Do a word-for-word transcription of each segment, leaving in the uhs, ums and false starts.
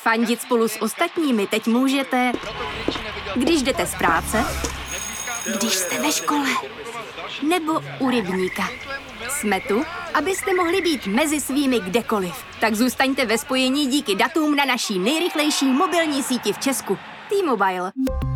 Fandit spolu s ostatními teď můžete, když jdete z práce, když jste ve škole, nebo u rybníka. Jsme tu, abyste mohli být mezi svými kdekoliv. Tak zůstaňte ve spojení díky datům na naší nejrychlejší mobilní síti v Česku. T-Mobile.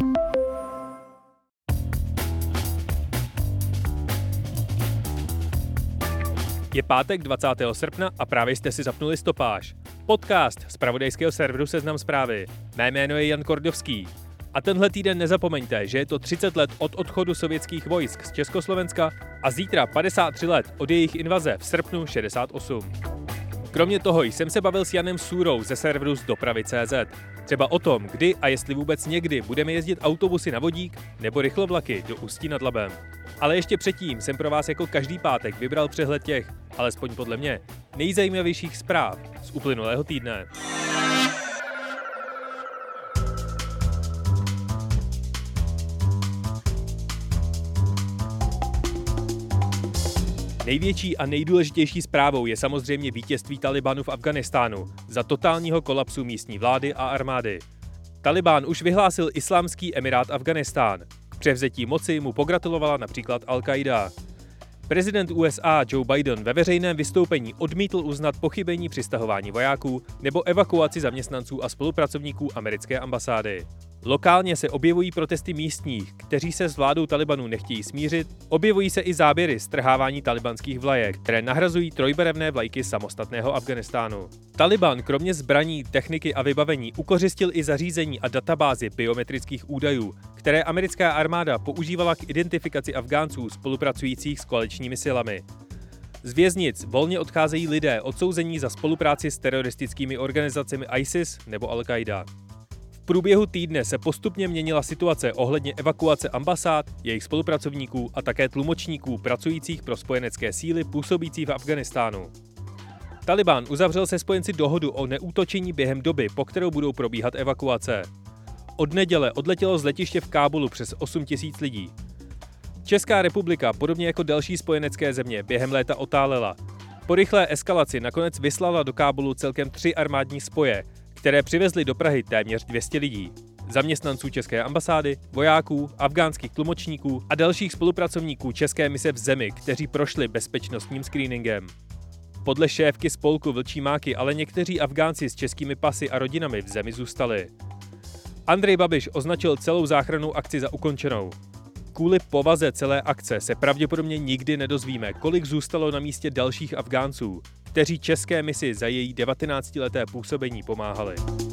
Je pátek dvacátého srpna a právě jste si zapnuli Stopáž. Podcast z zpravodajského serveru Seznam Zprávy. Mé jméno je Jan Kordovský. A tenhle týden nezapomeňte, že je to třicet let od odchodu sovětských vojsk z Československa a zítra padesát tři let od jejich invaze v srpnu šedesát osm. Kromě toho jsem se bavil s Janem Sůrou ze serveru z dopravy tečka cé zet. Třeba o tom, kdy a jestli vůbec někdy budeme jezdit autobusy na vodík nebo rychlovlaky do Ústí nad Labem. Ale ještě předtím jsem pro vás jako každý pátek vybral přehled těch, alespoň podle mě, nejzajímavějších zpráv z uplynulého týdne. Největší a nejdůležitější zprávou je samozřejmě vítězství Talibanu v Afghánistánu za totálního kolapsu místní vlády a armády. Talibán už vyhlásil Islámský emirát Afghánistán. K převzetí moci mu pogratulovala například Al-Qaida. Prezident U S A Joe Biden ve veřejném vystoupení odmítl uznat pochybení při stahování vojáků nebo evakuaci zaměstnanců a spolupracovníků americké ambasády. Lokálně se objevují protesty místních, kteří se s vládou Talibanu nechtějí smířit, objevují se i záběry strhávání talibanských vlajek, které nahrazují trojbarevné vlajky samostatného Afghánistánu. Taliban kromě zbraní, techniky a vybavení ukořistil i zařízení a databázy biometrických údajů, které americká armáda používala k identifikaci Afgánců spolupracujících s koaličními silami. Z věznic volně odcházejí lidé odsouzení za spolupráci s teroristickými organizacemi ISIS nebo Al-Qaida. V průběhu týdne se postupně měnila situace ohledně evakuace ambasád, jejich spolupracovníků a také tlumočníků pracujících pro spojenecké síly působící v Afghánistánu. Talibán uzavřel se spojenci dohodu o neútočení během doby, po kterou budou probíhat evakuace. Od neděle odletělo z letiště v Kábulu přes osm tisíc lidí. Česká republika, podobně jako další spojenecké země, během léta otálela. Po rychlé eskalaci nakonec vyslala do Kábulu celkem tři armádní spoje, které přivezly do Prahy téměř dvě stě lidí. Zaměstnanců české ambasády, vojáků, afgánských tlumočníků a dalších spolupracovníků české mise v zemi, kteří prošli bezpečnostním screeningem. Podle šéfky spolku Vlčí máky ale někteří Afgánci s českými pasy a rodinami v zemi zůstali. Andrej Babiš označil celou záchrannou akci za ukončenou. Kvůli povaze celé akce se pravděpodobně nikdy nedozvíme, kolik zůstalo na místě dalších Afgánců, kteří české misi za její devatenáctileté působení pomáhali.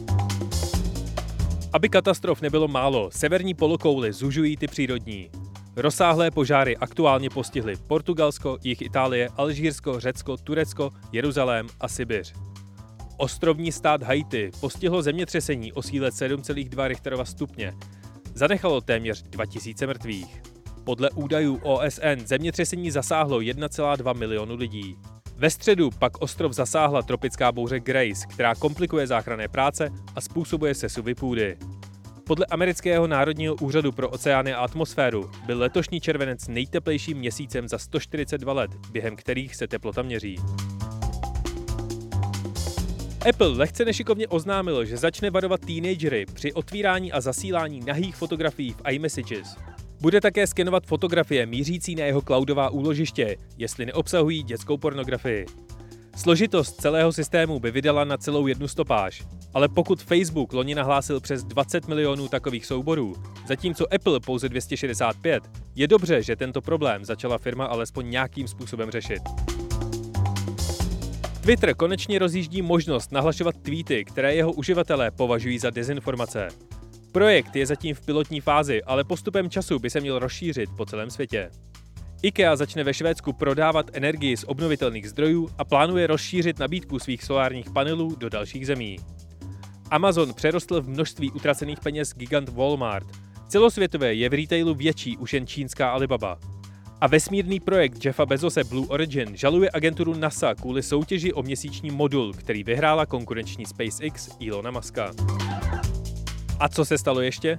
Aby katastrof nebylo málo, severní polokouli zužují ty přírodní. Rozsáhlé požáry aktuálně postihly Portugalsko, jih Itálie, Alžírsko, Řecko, Turecko, Jeruzalém a Sibiř. Ostrovní stát Haiti postihlo zemětřesení o síle sedm celá dva Richterova stupně. Zanechalo téměř dva tisíce mrtvých. Podle údajů O S N zemětřesení zasáhlo jedna celá dva milionu lidí. Ve středu pak ostrov zasáhla tropická bouře Grace, která komplikuje záchranné práce a způsobuje sesuvy půdy. Podle amerického Národního úřadu pro oceány a atmosféru byl letošní červenec nejteplejším měsícem za sto čtyřicet dva let, během kterých se teplota měří. Apple lehce nešikovně oznámil, že začne varovat teenagery při otvírání a zasílání nahých fotografií v iMessages. Bude také skenovat fotografie mířící na jeho cloudová úložiště, jestli neobsahují dětskou pornografii. Složitost celého systému by vydala na celou jednu stopáž, ale pokud Facebook loni nahlásil přes dvacet milionů takových souborů, zatímco Apple pouze dvě stě šedesát pět, je dobře, že tento problém začala firma alespoň nějakým způsobem řešit. Twitter konečně rozjíždí možnost nahlašovat tweety, které jeho uživatelé považují za dezinformace. Projekt je zatím v pilotní fázi, ale postupem času by se měl rozšířit po celém světě. IKEA začne ve Švédsku prodávat energii z obnovitelných zdrojů a plánuje rozšířit nabídku svých solárních panelů do dalších zemí. Amazon přerostl v množství utracených peněz gigant Walmart. Celosvětově je v retailu větší už jen čínská Alibaba. A vesmírný projekt Jeffa Bezose Blue Origin žaluje agenturu NASA kvůli soutěži o měsíční modul, který vyhrála konkurenční SpaceX Elona Muska. A co se stalo ještě?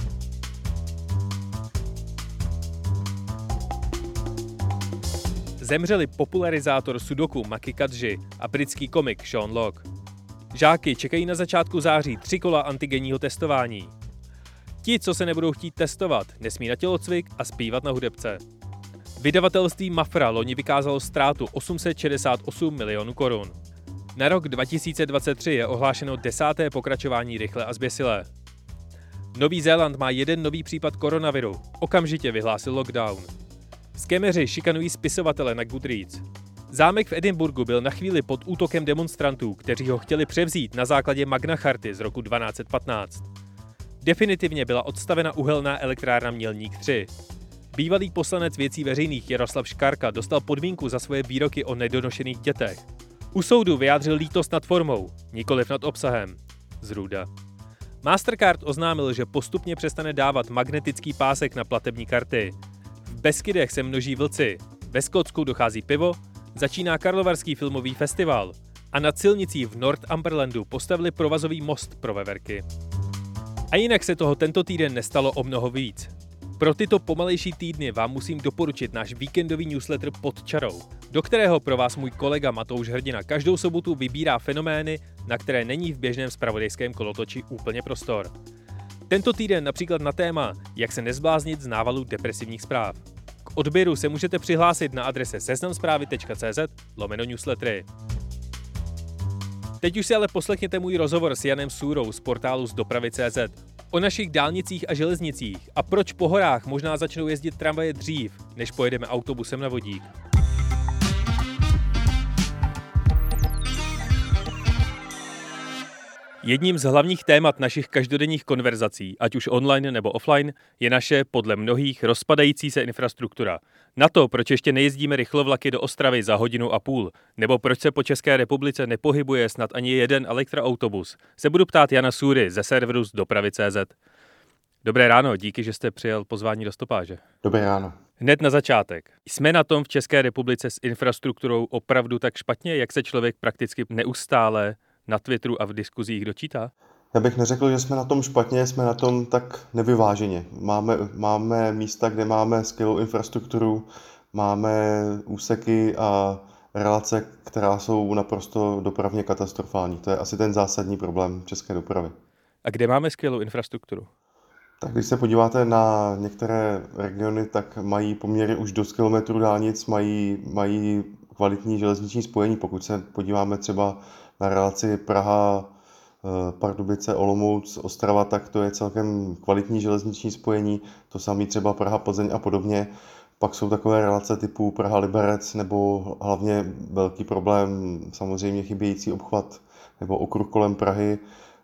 Zemřeli popularizátor sudoku Maki Kadži a britský komik Sean Locke. Žáky čekají na začátku září tři kola antigenního testování. Ti, co se nebudou chtít testovat, nesmí na tělocvik a zpívat na hudebce. Vydavatelství Mafra loni vykázalo ztrátu osm set šedesát osm milionů korun. Na rok dva tisíce dvacet tři je ohlášeno desáté pokračování Rychle a zběsile. Nový Zéland má jeden nový případ koronaviru. Okamžitě vyhlásil lockdown. Skemeři šikanují spisovatele na Goodreads. Zámek v Edinburgu byl na chvíli pod útokem demonstrantů, kteří ho chtěli převzít na základě Magna Charty z roku dvanáct set patnáct. Definitivně byla odstavena uhelná elektrárna Mělník tři. Bývalý poslanec věcí veřejných Jaroslav Škarka dostal podmínku za svoje výroky o nedonošených dětech. U soudu vyjádřil lítost nad formou, nikoliv nad obsahem. Zrůda. Mastercard oznámil, že postupně přestane dávat magnetický pásek na platební karty. V Beskydech se množí vlci, ve Skotsku dochází pivo, začíná Karlovarský filmový festival a nad silnicí v Northumberlandu postavili provazový most pro veverky. A jinak se toho tento týden nestalo o mnoho víc. Pro tyto pomalejší týdny vám musím doporučit náš víkendový newsletter Pod čarou, do kterého pro vás můj kolega Matouš Hrdina každou sobotu vybírá fenomény, na které není v běžném zpravodajském kolotoči úplně prostor. Tento týden například na téma, jak se nezbláznit z návalu depresivních zpráv. K odběru se můžete přihlásit na adrese seznamzprávy tečka cé zet lomeno newslettery. Teď už si ale poslechněte můj rozhovor s Janem Sůrou z portálu z dopravy tečka cé zet o našich dálnicích a železnicích a proč po horách možná začnou jezdit tramvaje dřív, než pojedeme autobusem na vodík. Jedním z hlavních témat našich každodenních konverzací, ať už online nebo offline, je naše, podle mnohých, rozpadající se infrastruktura. Na to, proč ještě nejezdíme rychlovlaky do Ostravy za hodinu a půl, nebo proč se po České republice nepohybuje snad ani jeden elektroautobus, se budu ptát Jana Sůry ze serveru z dopravy tečka cé zet. Dobré ráno, díky, že jste přijal pozvání do stopáže. Dobré ráno. Hned na začátek. Jsme na tom v České republice s infrastrukturou opravdu tak špatně, jak se člověk prakticky neustále na Twitteru a v diskuzích dočítá? Já bych neřekl, že jsme na tom špatně, jsme na tom tak nevyváženě. Máme, máme místa, kde máme skvělou infrastrukturu, máme úseky a relace, která jsou naprosto dopravně katastrofální. To je asi ten zásadní problém české dopravy. A kde máme skvělou infrastrukturu? Tak když se podíváte na některé regiony, tak mají poměrně už dost kilometrů dálnic, mají, mají kvalitní železniční spojení. Pokud se podíváme třeba na relaci Praha, Pardubice, Olomouc, Ostrava, tak to je celkem kvalitní železniční spojení. To samé třeba Praha, Plzeň a podobně. Pak jsou takové relace typu Praha-Liberec nebo hlavně velký problém, samozřejmě chybějící obchvat nebo okruh kolem Prahy.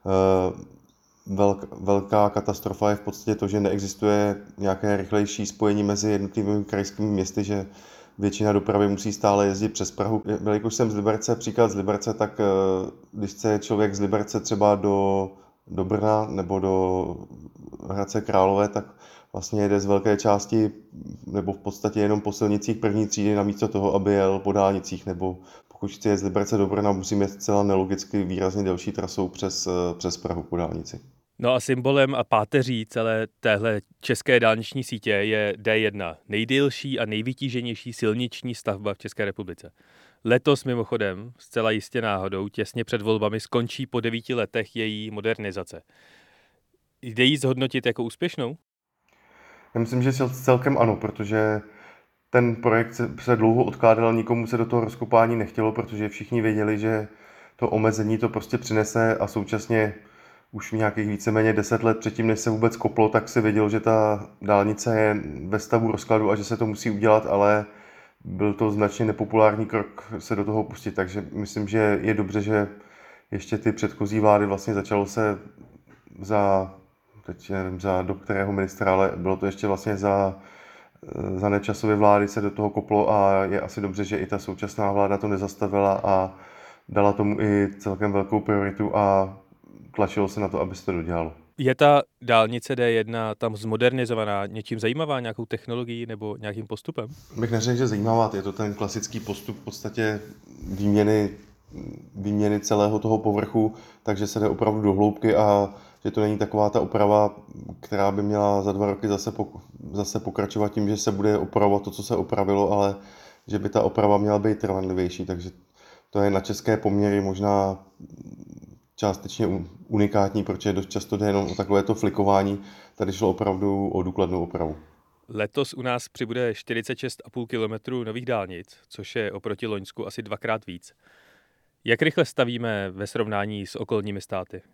Velká katastrofa je v podstatě to, že neexistuje nějaké rychlejší spojení mezi jednotlivými krajskými městy, že většina dopravy musí stále jezdit přes Prahu. Jelikož jsem z Liberce, příklad z Liberce, tak když chce člověk z Liberce třeba do, do Brna nebo do Hradce Králové, tak vlastně jede z velké části nebo v podstatě jenom po silnicích první třídy namísto toho, aby jel po dálnicích, nebo pokud chce jet z Liberce do Brna, musíme jet zcela nelogicky výrazně delší trasou přes, přes Prahu po dálnici. No a symbolem a páteří celé téhle české dálniční sítě je D jedna, nejdelší a nejvytíženější silniční stavba v České republice. Letos mimochodem, zcela jistě náhodou, těsně před volbami skončí po devíti letech její modernizace. Jde jí zhodnotit jako úspěšnou? Já myslím, že celkem ano, protože ten projekt se dlouho odkládal, nikomu se do toho rozkopání nechtělo, protože všichni věděli, že to omezení to prostě přinese a současně už nějakých víceméně deset let předtím, než se vůbec koplo, tak se vědělo, že ta dálnice je ve stavu rozkladu a že se to musí udělat, ale byl to značně nepopulární krok se do toho pustit, takže myslím, že je dobře, že ještě ty předchozí vlády vlastně začalo se za, teď nevím, za do kterého ministra, ale bylo to ještě vlastně za, za Nečasovy vlády se do toho koplo a je asi dobře, že i ta současná vláda to nezastavila a dala tomu i celkem velkou prioritu a tlačilo se na to, aby se to dodělalo. Je ta dálnice D jedna tam zmodernizovaná něčím zajímavá, nějakou technologií nebo nějakým postupem? Bych neřekl, že zajímavá, je to ten klasický postup v podstatě výměny, výměny celého toho povrchu, takže se jde opravdu do hloubky a že to není taková ta oprava, která by měla za dva roky zase, pok- zase pokračovat tím, že se bude opravovat to, co se opravilo, ale že by ta oprava měla být trvanlivější, takže to je na české poměry možná částečně unikátní, protože dost často jde jenom o takovéto flikování. Tady šlo opravdu o důkladnou opravu. Letos u nás přibude čtyřicet šest a půl kilometru nových dálnic, což je oproti loňsku asi dvakrát víc. Jak rychle stavíme ve srovnání s okolními státy?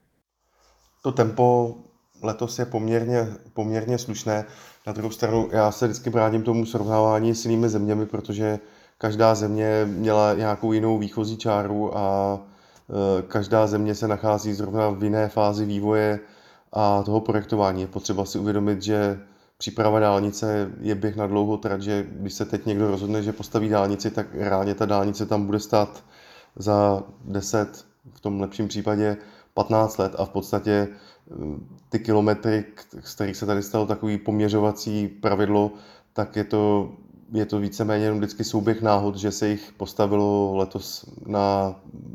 To tempo letos je poměrně, poměrně slušné. Na druhou stranu já se vždycky bráním tomu srovnávání s jinými zeměmi, protože každá země měla nějakou jinou výchozí čáru a e, každá země se nachází zrovna v jiné fázi vývoje a toho projektování. Je potřeba si uvědomit, že příprava dálnice je běh na dlouhou trať, že když se teď někdo rozhodne, že postaví dálnici, tak reálně ta dálnice tam bude stát za deset, v tom lepším případě patnáct let a v podstatě ty kilometry, z kterých se tady stalo takový poměřovací pravidlo, tak je to, je to víceméně jenom vždycky souběh náhod, že se jich postavilo letos na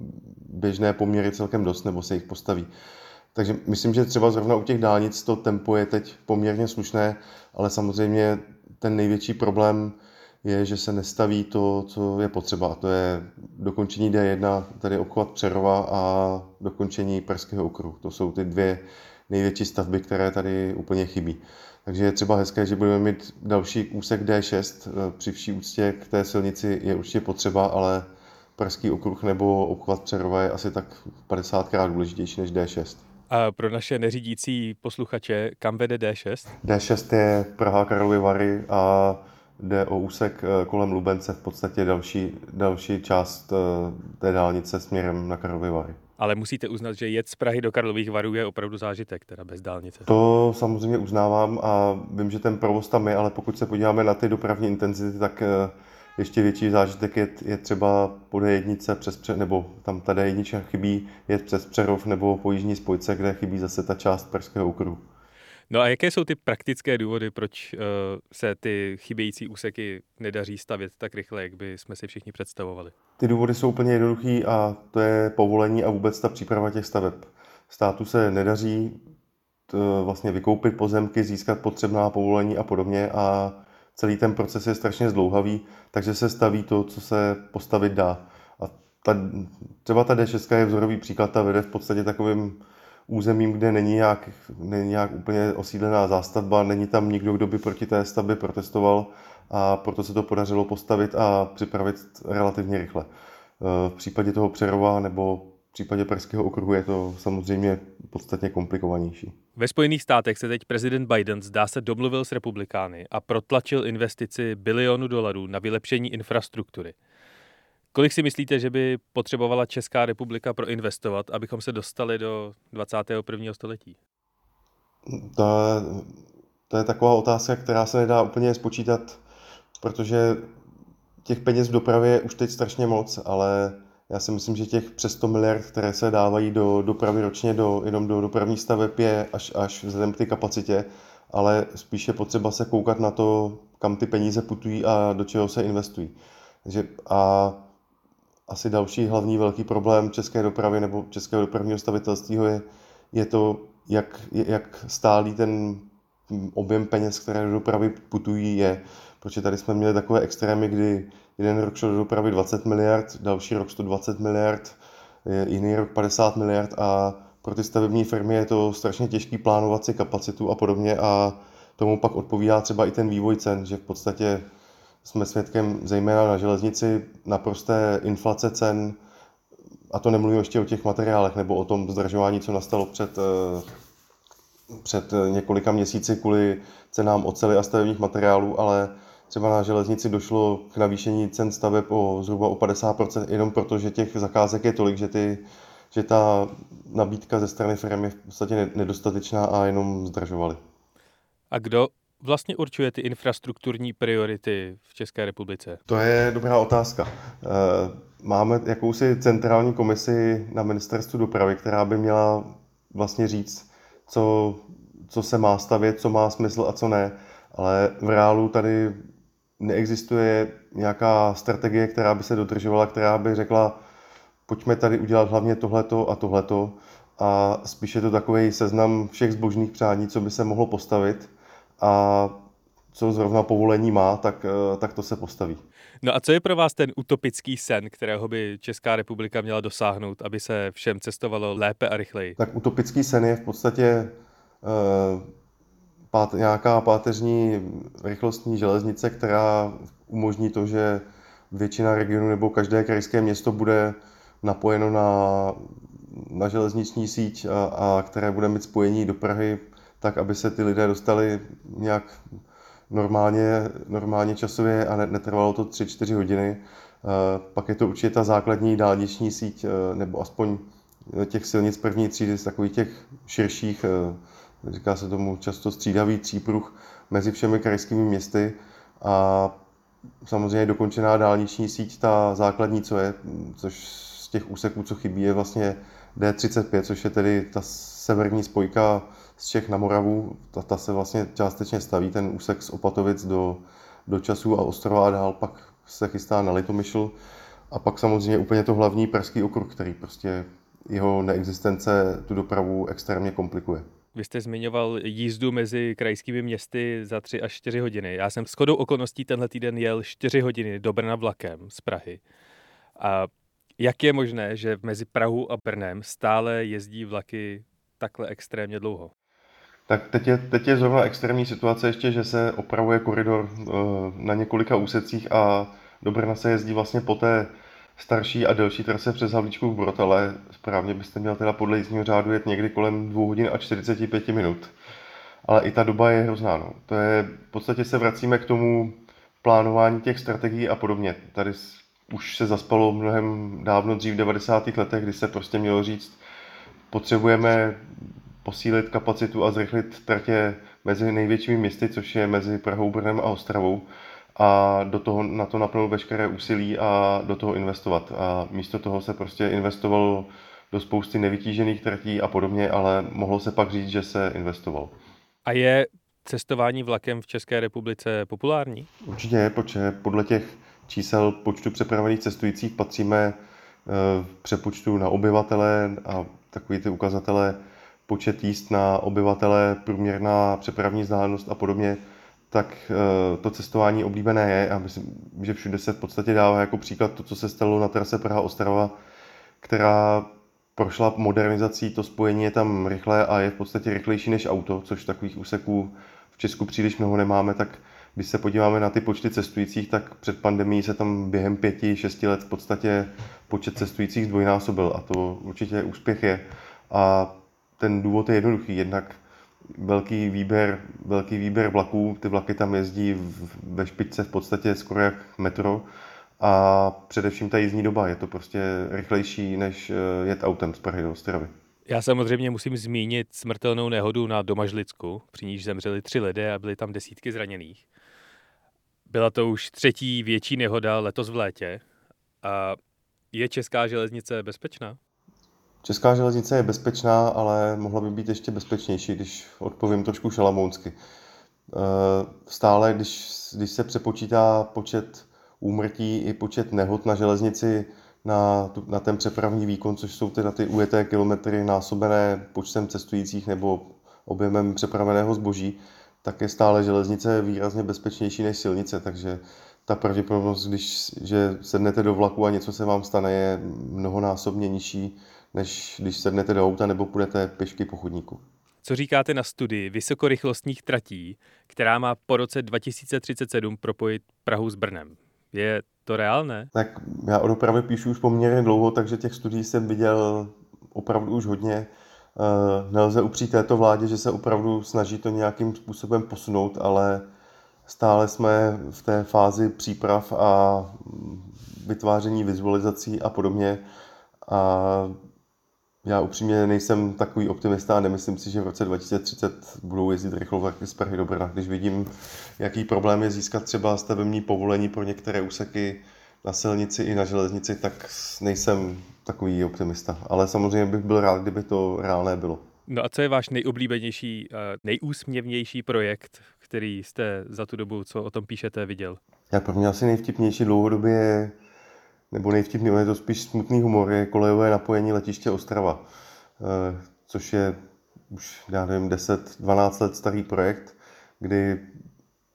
běžné poměry celkem dost, nebo se jich postaví. Takže myslím, že třeba zrovna u těch dálnic to tempo je teď poměrně slušné, ale samozřejmě ten největší problém je, že se nestaví to, co je potřeba. A to je dokončení D jedna, tady obchvat Přerova a dokončení Pražského okruhu. To jsou ty dvě největší stavby, které tady úplně chybí. Takže je třeba hezké, že budeme mít další úsek D šest. Při vší úctě k té silnici je určitě potřeba, ale Pražský okruh nebo obchvat Přerova je asi tak padesátkrát důležitější než D šest. A pro naše neřídící posluchače, kam vede D šest? D šest je Praha Karlovy Vary a jde o úsek kolem Lubence, v podstatě další, další část té dálnice směrem na Karlovy Vary. Ale musíte uznat, že jet z Prahy do Karlových Varů je opravdu zážitek, teda bez dálnice. To samozřejmě uznávám a vím, že ten provoz tam je, ale pokud se podíváme na ty dopravní intenzity, tak ještě větší zážitek je, je třeba po D jedna přes Pře- nebo tam ta D jedna chybí, jet přes Přerov nebo po jižní spojce, kde chybí zase ta část Pražského okruhu. No a jaké jsou ty praktické důvody, proč uh, se ty chybějící úseky nedaří stavět tak rychle, jak by jsme si všichni představovali? Ty důvody jsou úplně jednoduchý a to je povolení a vůbec ta příprava těch staveb. Státu se nedaří to vlastně vykoupit pozemky, získat potřebná povolení a podobně a celý ten proces je strašně zdlouhavý, takže se staví to, co se postavit dá. A ta, třeba ta D šest je vzorový příklad, ta vede v podstatě takovým územím, kde není nějak, není nějak úplně osídlená zástavba, není tam nikdo, kdo by proti té stavbě protestoval a proto se to podařilo postavit a připravit relativně rychle. V případě toho Přerova nebo v případě Pražského okruhu je to samozřejmě podstatně komplikovanější. Ve Spojených státech se teď prezident Biden zdá se domluvil s republikány a protlačil investici bilionu dolarů na vylepšení infrastruktury. Kolik si myslíte, že by potřebovala Česká republika proinvestovat, abychom se dostali do dvacátého prvního století? To, to je taková otázka, která se nedá úplně spočítat, protože těch peněz v dopravě je už teď strašně moc, ale já si myslím, že těch přes sto miliard, které se dávají do dopravy ročně, do, jenom do dopravních staveb, je až, až vzhledem k té kapacitě, ale spíš je potřeba se koukat na to, kam ty peníze putují a do čeho se investují. Takže a asi další hlavní velký problém české dopravy nebo českého dopravního stavitelství je, je to, jak, jak stálý ten objem peněz, které do dopravy putují, je. Protože tady jsme měli takové extrémy, kdy jeden rok šlo do dopravy dvacet miliard, další rok sto dvacet miliard, jiný rok padesát miliard a pro ty stavební firmy je to strašně těžký plánovat si kapacitu a podobně a tomu pak odpovídá třeba i ten vývoj cen, že v podstatě jsme svědkem zejména na železnici naprosté inflace cen, a to nemluvím ještě o těch materiálech nebo o tom zdražování, co nastalo před, před několika měsíci kvůli cenám oceli a stavebních materiálů, ale třeba na železnici došlo k navýšení cen staveb o zhruba o padesát procent jenom proto, že těch zakázek je tolik, že, ty, že ta nabídka ze strany firm je v podstatě nedostatečná a jenom zdražovaly. A kdo vlastně určuje ty infrastrukturní priority v České republice? To je dobrá otázka. Máme jakousi centrální komisi na ministerstvu dopravy, která by měla vlastně říct, co, co se má stavět, co má smysl a co ne. Ale v reálu tady neexistuje nějaká strategie, která by se dodržovala, která by řekla, pojďme tady udělat hlavně tohleto a tohleto. A spíš je to takový seznam všech zbožných přání, co by se mohlo postavit. A co zrovna povolení má, tak, tak to se postaví. No a co je pro vás ten utopický sen, kterého by Česká republika měla dosáhnout, aby se všem cestovalo lépe a rychleji? Tak utopický sen je v podstatě uh, pát, nějaká páteřní rychlostní železnice, která umožní to, že většina regionů nebo každé krajské město bude napojeno na, na železniční síť a, a které bude mít spojení do Prahy, tak aby se ty lidé dostali nějak normálně, normálně časově a netrvalo to tři čtyři hodiny. Pak je to určitě ta základní dálniční síť, nebo aspoň těch silnic první třídy z takových těch širších, říká se tomu často střídavý třípruh mezi všemi krajskými městy a samozřejmě dokončená dálniční síť, ta základní, co je, což z těch úseků, co chybí, je vlastně D třicet pět, což je tedy ta severní spojka z Čech na Moravu. Ta, ta se vlastně částečně staví, ten úsek z Opatovic do, do Časů a Ostrova a dál pak se chystá na Litomyšl. A pak samozřejmě úplně to hlavní pražský okruh, který prostě jeho neexistence tu dopravu extrémně komplikuje. Vy jste zmiňoval jízdu mezi krajskými městy za tři až čtyři hodiny. Já jsem shodou okolností tenhle týden jel čtyři hodiny do Brna vlakem z Prahy. A jak je možné, že mezi Prahou a Brnem stále jezdí vlaky takhle extrémně dlouho? Tak teď je, teď je zrovna extrémní situace ještě, že se opravuje koridor na několika úsecích a do Brna se jezdí vlastně po té starší a delší trase přes Havlíčkův Brod, ale správně byste měl teda podle jízdního řádu jet někdy kolem dvou hodin a čtyřicet pět minut. Ale i ta doba je hrozná. No. To je, v podstatě se vracíme k tomu plánování těch strategií a podobně. Tady už se zaspalo mnohem dávno dřív v devadesátých letech, kdy se prostě mělo říct, potřebujeme posílit kapacitu a zrychlit tratě mezi největšími městy, což je mezi Prahou, Brnem a Ostravou, a do toho, na to napnout veškeré úsilí a do toho investovat. A místo toho se prostě investovalo do spousty nevytížených tratí a podobně, ale mohlo se pak říct, že se investovalo. A je cestování vlakem v České republice populární? Určitě je, protože podle těch čísel počtu přepravených cestujících patříme v přepočtu na obyvatele a takový ty ukazatele počet jízd na obyvatele, průměrná přepravní vzdálenost a podobně, tak to cestování oblíbené je a myslím, že všude se v podstatě dává jako příklad to, co se stalo na trase Praha-Ostrava, která prošla modernizací, to spojení je tam rychlé a je v podstatě rychlejší než auto, což takových úseků v Česku příliš mnoho nemáme, tak když se podíváme na ty počty cestujících, tak před pandemií se tam během pěti, šesti let v podstatě počet cestujících zdvojnásobil a to určitě úspěch je. A ten důvod je jednoduchý, jednak velký výběr, velký výběr vlaků, ty vlaky tam jezdí ve špičce v podstatě skoro jak metro a především ta jízdní doba, je to prostě rychlejší než jet autem z Prahy do Ostravy. Já samozřejmě musím zmínit smrtelnou nehodu na Domažlicku, při níž zemřeli tři lidé a byly tam desítky zraněných. Byla to už třetí větší nehoda letos v létě. A je česká železnice bezpečná? Česká železnice je bezpečná, ale mohla by být ještě bezpečnější, když odpovím trošku šalamounsky. Stále, když, když se přepočítá počet úmrtí i počet nehod na železnici na, tu, na ten přepravní výkon, což jsou teda ty ujeté kilometry násobené počtem cestujících nebo objemem přepraveného zboží, tak je stále železnice výrazně bezpečnější než silnice, takže ta pravděpodobnost, když že sednete do vlaku a něco se vám stane, je mnohonásobně nižší, než když sednete do auta nebo půjdete pěšky po chodníku. Co říkáte na studii vysokorychlostních tratí, která má po roce dva tisíce třicet sedm propojit Prahu s Brnem? Je to reálné? Tak já o dopravě píšu už poměrně dlouho, takže těch studií jsem viděl opravdu už hodně. Nelze upřít této vládě, že se opravdu snaží to nějakým způsobem posunout, ale stále jsme v té fázi příprav a vytváření vizualizací a podobně. A já upřímně nejsem takový optimista a nemyslím si, že v roce dva tisíce třicet budou jezdit rychlovlaky z Prahy do Brna. Když vidím, jaký problém je získat třeba stavební povolení pro některé úseky na silnici i na železnici, tak nejsem takový optimista. Ale samozřejmě bych byl rád, kdyby to reálné bylo. No a co je váš nejoblíbenější, nejúsměvnější projekt, který jste za tu dobu, co o tom píšete, viděl? Já pro mě asi nejvtipnější dlouhodobě, nebo nejvtipnější, je to spíš smutný humor, je kolejové napojení letiště Ostrava, což je už, já nevím, deset dvanáct let starý projekt, kdy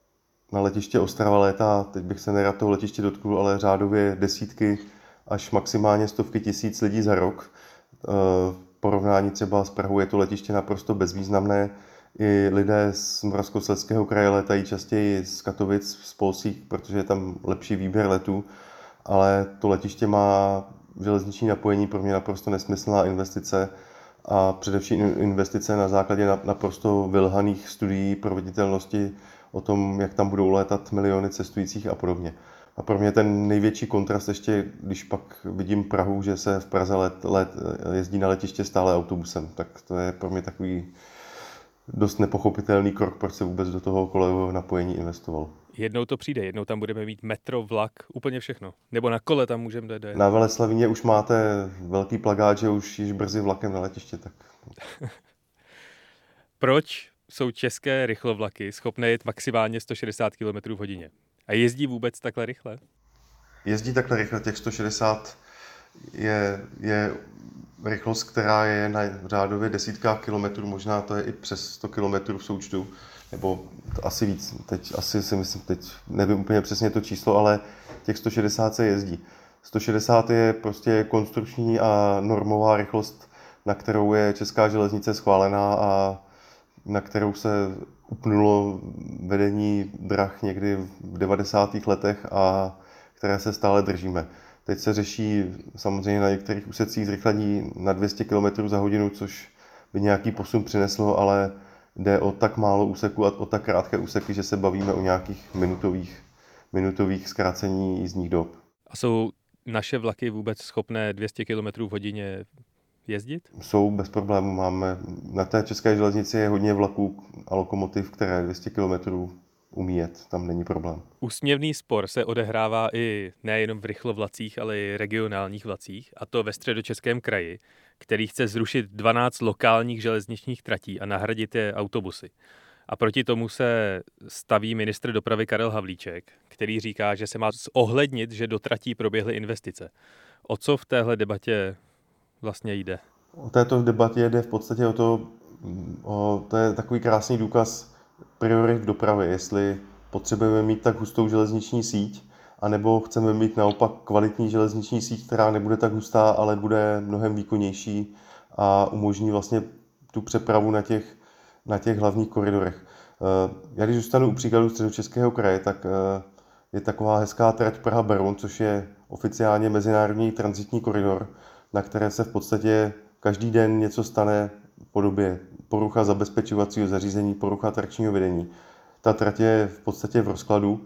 na letiště Ostrava létá, teď bych se nerad toho letiště dotknul, ale řádově desítky až maximálně stovky tisíc lidí za rok. V porovnání třeba s Prahou je to letiště naprosto bezvýznamné. I lidé z Moravskoslezského kraje létají častěji z Katovic, z Polsík, protože je tam lepší výběr letů, ale to letiště má železniční napojení, pro mě naprosto nesmyslná investice a především investice na základě naprosto vylhaných studií proveditelnosti o tom, jak tam budou létat miliony cestujících a podobně. A pro mě ten největší kontrast ještě, když pak vidím Prahu, že se v Praze let, let, jezdí na letiště stále autobusem, tak to je pro mě takový dost nepochopitelný krok, proč se vůbec do toho kolejového napojení investoval. Jednou to přijde, jednou tam budeme mít metro, vlak, úplně všechno. Nebo na kole tam můžeme dojet. Na Veleslavíně už máte velký plakát, že už již brzy vlakem na letiště. Tak. Proč jsou české rychlovlaky schopné jet maximálně sto šedesát kilometrů v hodině? A jezdí vůbec takhle rychle? Jezdí takhle rychle, těch sto šedesát je, je rychlost, která je na řádově desítkách kilometrů, možná to je i přes sto kilometrů v součtu, nebo asi víc, teď asi si myslím, teď nevím úplně přesně to číslo, ale těch sto šedesát se jezdí. sto šedesát je prostě konstrukční a normová rychlost, na kterou je Česká železnice schválená a na kterou se upnulo vedení drah někdy v devadesátých letech a které se stále držíme. Teď se řeší samozřejmě na některých úsecích zrychlení na dvě stě kilometrů za hodinu, což by nějaký posun přineslo, ale jde o tak málo úseků a o tak krátké úseky, že se bavíme o nějakých minutových, minutových zkrácení jízdních dob. A jsou naše vlaky vůbec schopné dvě stě kilometrů v hodině jezdit? Jsou bez problémů. Máme, na té české železnici je hodně vlaků a lokomotiv, které dvě stě kilometrů umí jet, tam není problém. Úsměvný spor se odehrává i nejenom v rychlovlacích, ale i regionálních vlacích, a to ve Středočeském kraji, který chce zrušit dvanáct lokálních železničních tratí a nahradit je autobusy. A proti tomu se staví ministr dopravy Karel Havlíček, který říká, že se má zohlednit, že do tratí proběhly investice. O co v téhle debatě vlastně jde? O této debatě jde v podstatě o to, o, to je takový krásný důkaz priorit v dopravě, jestli potřebujeme mít tak hustou železniční síť, anebo chceme mít naopak kvalitní železniční síť, která nebude tak hustá, ale bude mnohem výkonnější a umožní vlastně tu přepravu na těch, na těch hlavních koridorech. Já když zůstanu u příkladu Středočeského kraje, tak je taková hezká trať Praha-Beroun, což je oficiálně mezinárodní tranzitní koridor, na které se v podstatě každý den něco stane v podobě porucha zabezpečovacího zařízení, porucha trakčního vedení. Ta trať je v podstatě v rozkladu,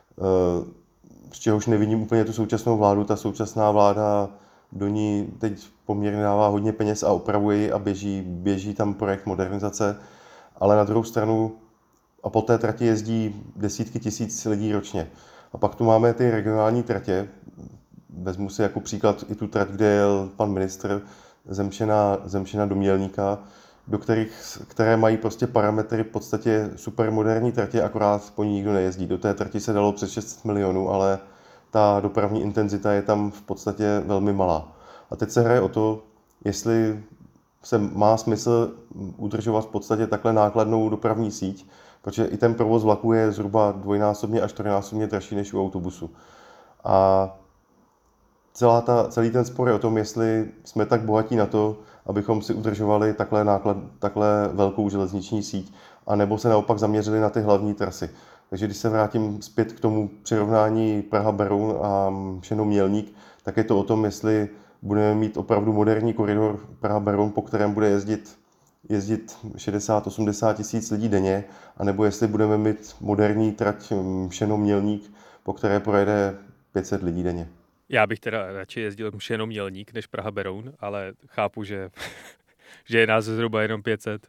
z čehož nevidím úplně tu současnou vládu. Ta současná vláda do ní teď poměrně dává hodně peněz a opravuje ji a běží, běží tam projekt modernizace, ale na druhou stranu a po té trati jezdí desítky tisíc lidí ročně. A pak tu máme ty regionální tratě, vezmu si jako příklad i tu trať, kde jel pan ministr Zemšena, Zemšena do Mělníka, do kterých, které mají prostě parametry v podstatě supermoderní tratě, akorát po ní nikdo nejezdí. Do té trati se dalo přes šest set milionů, ale ta dopravní intenzita je tam v podstatě velmi malá. A teď se hraje o to, jestli se má smysl udržovat v podstatě takhle nákladnou dopravní síť, protože i ten provoz vlaku je zhruba dvojnásobně až čtyřnásobně dražší než u autobusu. A celá ta, celý ten spor je o tom, jestli jsme tak bohatí na to, abychom si udržovali takhle, náklad, takhle velkou železniční síť, anebo se naopak zaměřili na ty hlavní trasy. Takže když se vrátím zpět k tomu přirovnání Praha-Beroun a Mšenov-Mělník, tak je to o tom, jestli budeme mít opravdu moderní koridor Praha-Beroun, po kterém bude jezdit, jezdit šedesát osmdesát tisíc lidí denně, anebo jestli budeme mít moderní trať Mšenov-Mělník, po které projede pět set lidí denně. Já bych teda radši jezdil Mšenov Mělník než Praha-Beroun, ale chápu, že, že je nás zhruba jenom pět set.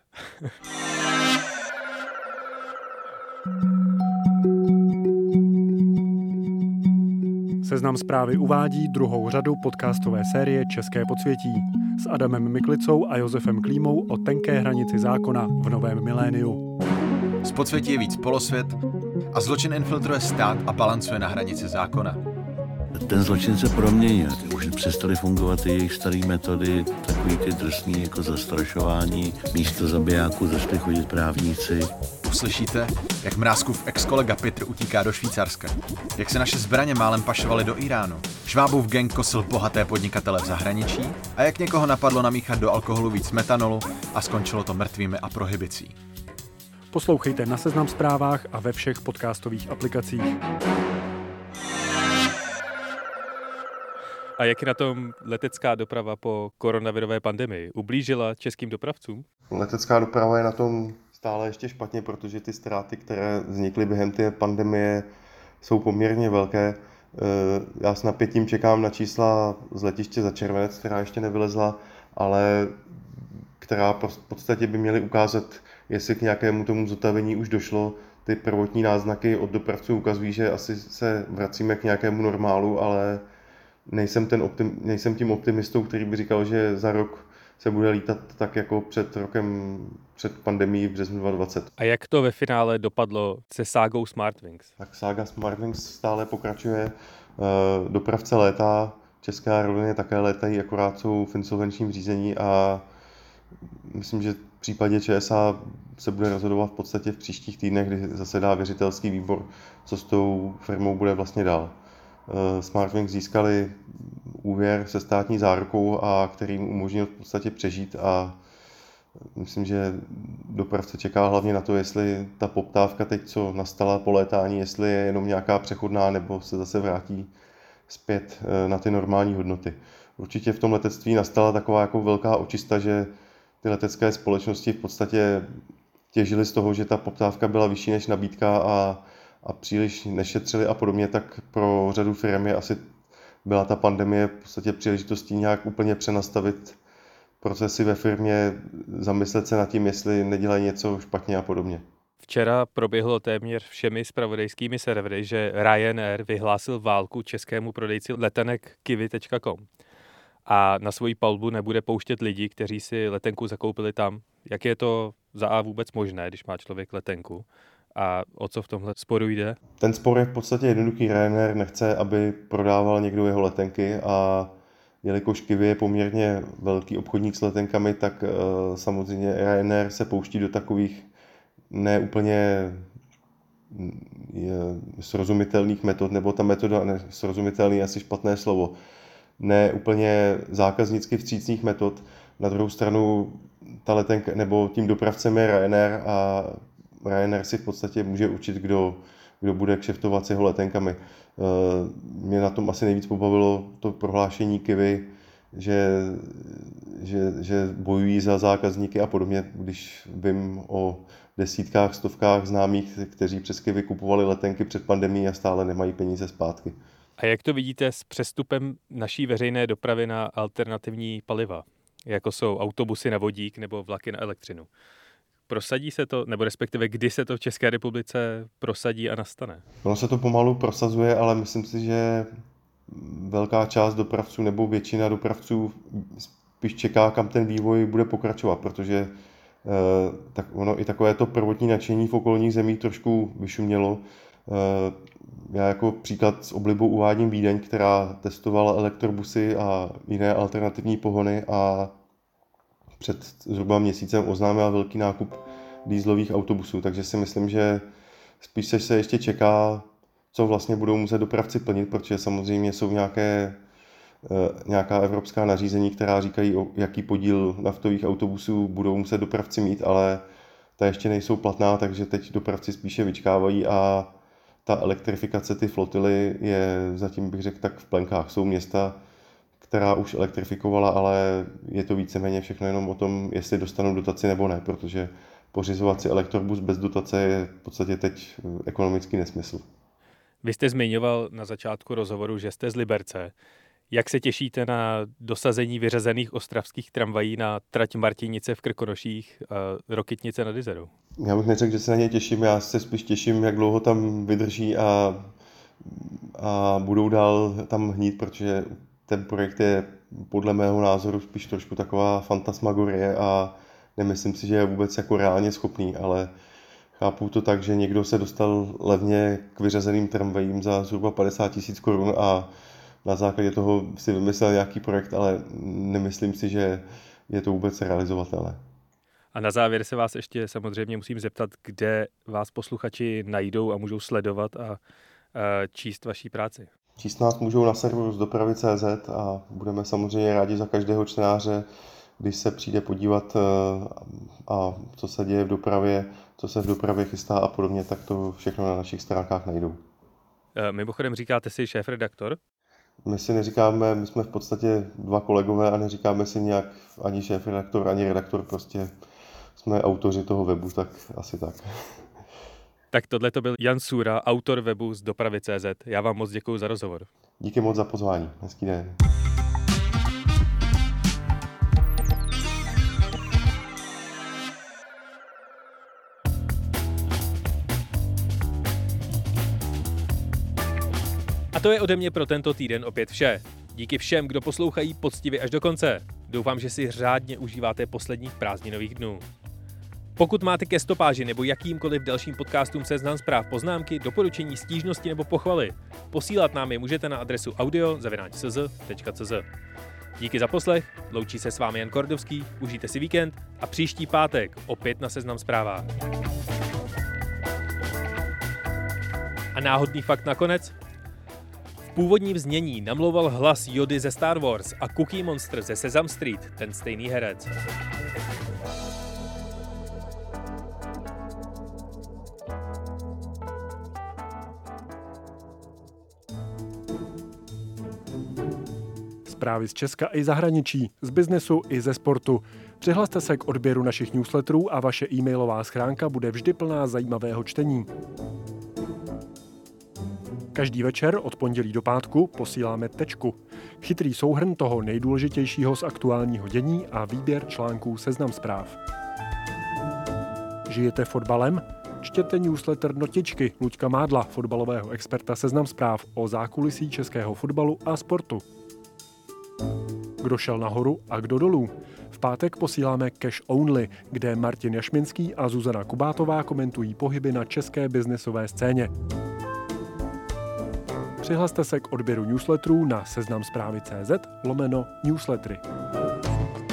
Seznam Zprávy uvádí druhou řadu podcastové série České podsvětí s Adamem Miklicou a Josefem Klímou o tenké hranici zákona v novém miléniu. Z podsvětí je víc polosvět a zločin infiltruje stát a balancuje na hranici zákona. Ten zločin se proměnil. Už přestaly fungovat ty jejich staré metody, takový ty drsný jako zastrašování. Místo zabijáků začali chodit právníci. Uslyšíte, jak Mrázkův ex-kolega Petr utíká do Švýcarska. Jak se naše zbraně málem pašovaly do Iránu. Švábův gang kosil bohaté podnikatele v zahraničí a jak někoho napadlo namíchat do alkoholu víc metanolu a skončilo to mrtvými a prohibicí. Poslouchejte na Seznam Zprávách a ve všech podcastových aplikacích. A jak je na tom letecká doprava po koronavirové pandemii? Ublížila českým dopravcům? Letecká doprava je na tom stále ještě špatně, protože ty ztráty, které vznikly během té pandemie, jsou poměrně velké. Já s napětím čekám na čísla z letiště za červenec, která ještě nevylezla, ale která v podstatě by měly ukázat, jestli k nějakému tomu zotavení už došlo. Ty prvotní náznaky od dopravců ukazují, že asi se vracíme k nějakému normálu, ale nejsem, ten optim, nejsem tím optimistou, který by říkal, že za rok se bude lítat tak jako před rokem, před pandemií v březnu dva tisíce dvacet. A jak to ve finále dopadlo se ságou Smartwings? Tak sága Smartwings stále pokračuje, dopravce létá, české aerolinie také létají, akorát jsou v insolvenčním řízení a myslím, že v případě ČSA se bude rozhodovat v podstatě v příštích týdnech, kdy zasedá věřitelský výbor, co s tou firmou bude vlastně dál. Smartwings získali úvěr se státní zárukou, a který jim umožnil v podstatě přežít, a myslím, že dopravce čeká hlavně na to, jestli ta poptávka teď, co nastala po létání, jestli je jenom nějaká přechodná, nebo se zase vrátí zpět na ty normální hodnoty. Určitě v tom letectví nastala taková jako velká očista, že ty letecké společnosti v podstatě těžily z toho, že ta poptávka byla vyšší než nabídka a, a příliš nešetřili a podobně, tak pro řadu firm je asi byla ta pandemie v podstatě příležitostí nějak úplně přenastavit procesy ve firmě, zamyslet se nad tím, jestli nedělají něco špatně a podobně. Včera proběhlo téměř všemi zpravodajskými servery, že Ryanair vyhlásil válku českému prodejci letenek kiwi tečka com a na svoji palbu nebude pouštět lidi, kteří si letenku zakoupili tam. Jak je to za A vůbec možné, když má člověk letenku? A o co v tomhle sporu jde? Ten spor je v podstatě jednoduchý. Ryanair nechce, aby prodával někdo jeho letenky, a jelikož Kiwi je poměrně velký obchodník s letenkami, tak uh, samozřejmě Ryanair se pouští do takových neúplně srozumitelných metod, nebo ta metoda srozumitelný je asi špatné slovo, ne úplně zákaznicky vstřícných metod. Na druhou stranu ta letenka, nebo tím dopravcem je Ryanair, a Ryanair si v podstatě může určit, kdo, kdo bude kšeftovat s jeho letenkami. Mě na tom asi nejvíc pobavilo to prohlášení Kiwi, že, že, že bojují za zákazníky a podobně, když vím o desítkách, stovkách známých, kteří přes Kiwi kupovali letenky před pandemií a stále nemají peníze zpátky. A jak to vidíte s přestupem naší veřejné dopravy na alternativní paliva, jako jsou autobusy na vodík nebo vlaky na elektřinu? Prosadí se to, nebo respektive kdy se to v České republice prosadí a nastane? Ono se to pomalu prosazuje, ale myslím si, že velká část dopravců nebo většina dopravců spíš čeká, kam ten vývoj bude pokračovat, protože tak ono i takové to prvotní nadšení v okolních zemích trošku vyšumělo. Já jako příklad s oblibou uvádím Vídeň, která testovala elektrobusy a jiné alternativní pohony a před zhruba měsícem oznámila velký nákup dieselových autobusů, takže si myslím, že spíš se ještě čeká, co vlastně budou muset dopravci plnit, protože samozřejmě jsou nějaké, nějaká evropská nařízení, která říkají, jaký podíl naftových autobusů budou muset dopravci mít, ale ta ještě nejsou platná, takže teď dopravci spíše vyčkávají a ta elektrifikace, ty flotily je zatím, bych řekl, tak v plenkách. Jsou města, která už elektrifikovala, ale je to víceméně všechno jenom o tom, jestli dostanou dotaci nebo ne, protože pořizovat si elektrobus bez dotace je v podstatě teď ekonomický nesmysl. Vy jste zmiňoval na začátku rozhovoru, že jste z Liberce. Jak se těšíte na dosazení vyřazených ostravských tramvají na trať Martinice v Krkonoších a Rokytnice nad Izerou? Já bych neřekl, že se na ně těším, já se spíš těším, jak dlouho tam vydrží a, a budou dál tam hnít, protože ten projekt je podle mého názoru spíš trošku taková fantasmagorie a nemyslím si, že je vůbec jako reálně schopný, ale chápu to tak, že někdo se dostal levně k vyřazeným tramvajím za zhruba padesát tisíc korun a na základě toho si vymyslel nějaký projekt, ale nemyslím si, že je to vůbec realizovatelné. A na závěr se vás ještě samozřejmě musím zeptat, kde vás posluchači najdou a můžou sledovat a, a číst vaší práci. Číst nás můžou na serveru z dopravy tečka cé zet a budeme samozřejmě rádi za každého čtenáře, když se přijde podívat a co se děje v dopravě, co se v dopravě chystá a podobně, tak to všechno na našich stránkách najdou. Mimochodem říkáte si šéfredaktor? My si neříkáme, my jsme v podstatě dva kolegové a neříkáme si nějak ani šéfredaktor, ani redaktor, prostě jsme autoři toho webu, tak asi tak. Tak tohle to byl Jan Sůra, autor webu z dopravy tečka cé zet. Já vám moc děkuji za rozhovor. Díky moc za pozvání. Hezký den. A to je ode mě pro tento týden opět vše. Díky všem, kdo poslouchají poctivě až do konce. Doufám, že si řádně užíváte posledních prázdninových dnů. Pokud máte ke stopáži nebo jakýmkoliv dalším podcastům Seznam zpráv poznámky, doporučení, stížnosti nebo pochvaly, posílat nám je můžete na adresu audio zavináč c z tečka c z. Díky za poslech, loučí se s vámi Jan Kordovský, užijte si víkend a příští pátek opět na Seznam zprávách. A náhodný fakt nakonec? V původním znění namlouval hlas Jody ze Star Wars a Cookie Monster ze Sesame Street ten stejný herec. Zprávy z Česka i zahraničí, z biznesu i ze sportu. Přihlaste se k odběru našich newsletterů a vaše e-mailová schránka bude vždy plná zajímavého čtení. Každý večer od pondělí do pátku posíláme Tečku. Chytrý souhrn toho nejdůležitějšího z aktuálního dění a výběr článků Seznam zpráv. Žijete fotbalem? Čtěte newsletter Notičky Luďka Mádla, fotbalového experta Seznam zpráv o zákulisí českého fotbalu a sportu. Kdo šel nahoru a kdo dolů? V pátek posíláme Cash Only, kde Martin Jašminský a Zuzana Kubátová komentují pohyby na české biznesové scéně. Přihlaste se k odběru newsletterů na seznamzprávy tečka cé zet lomeno newslettery.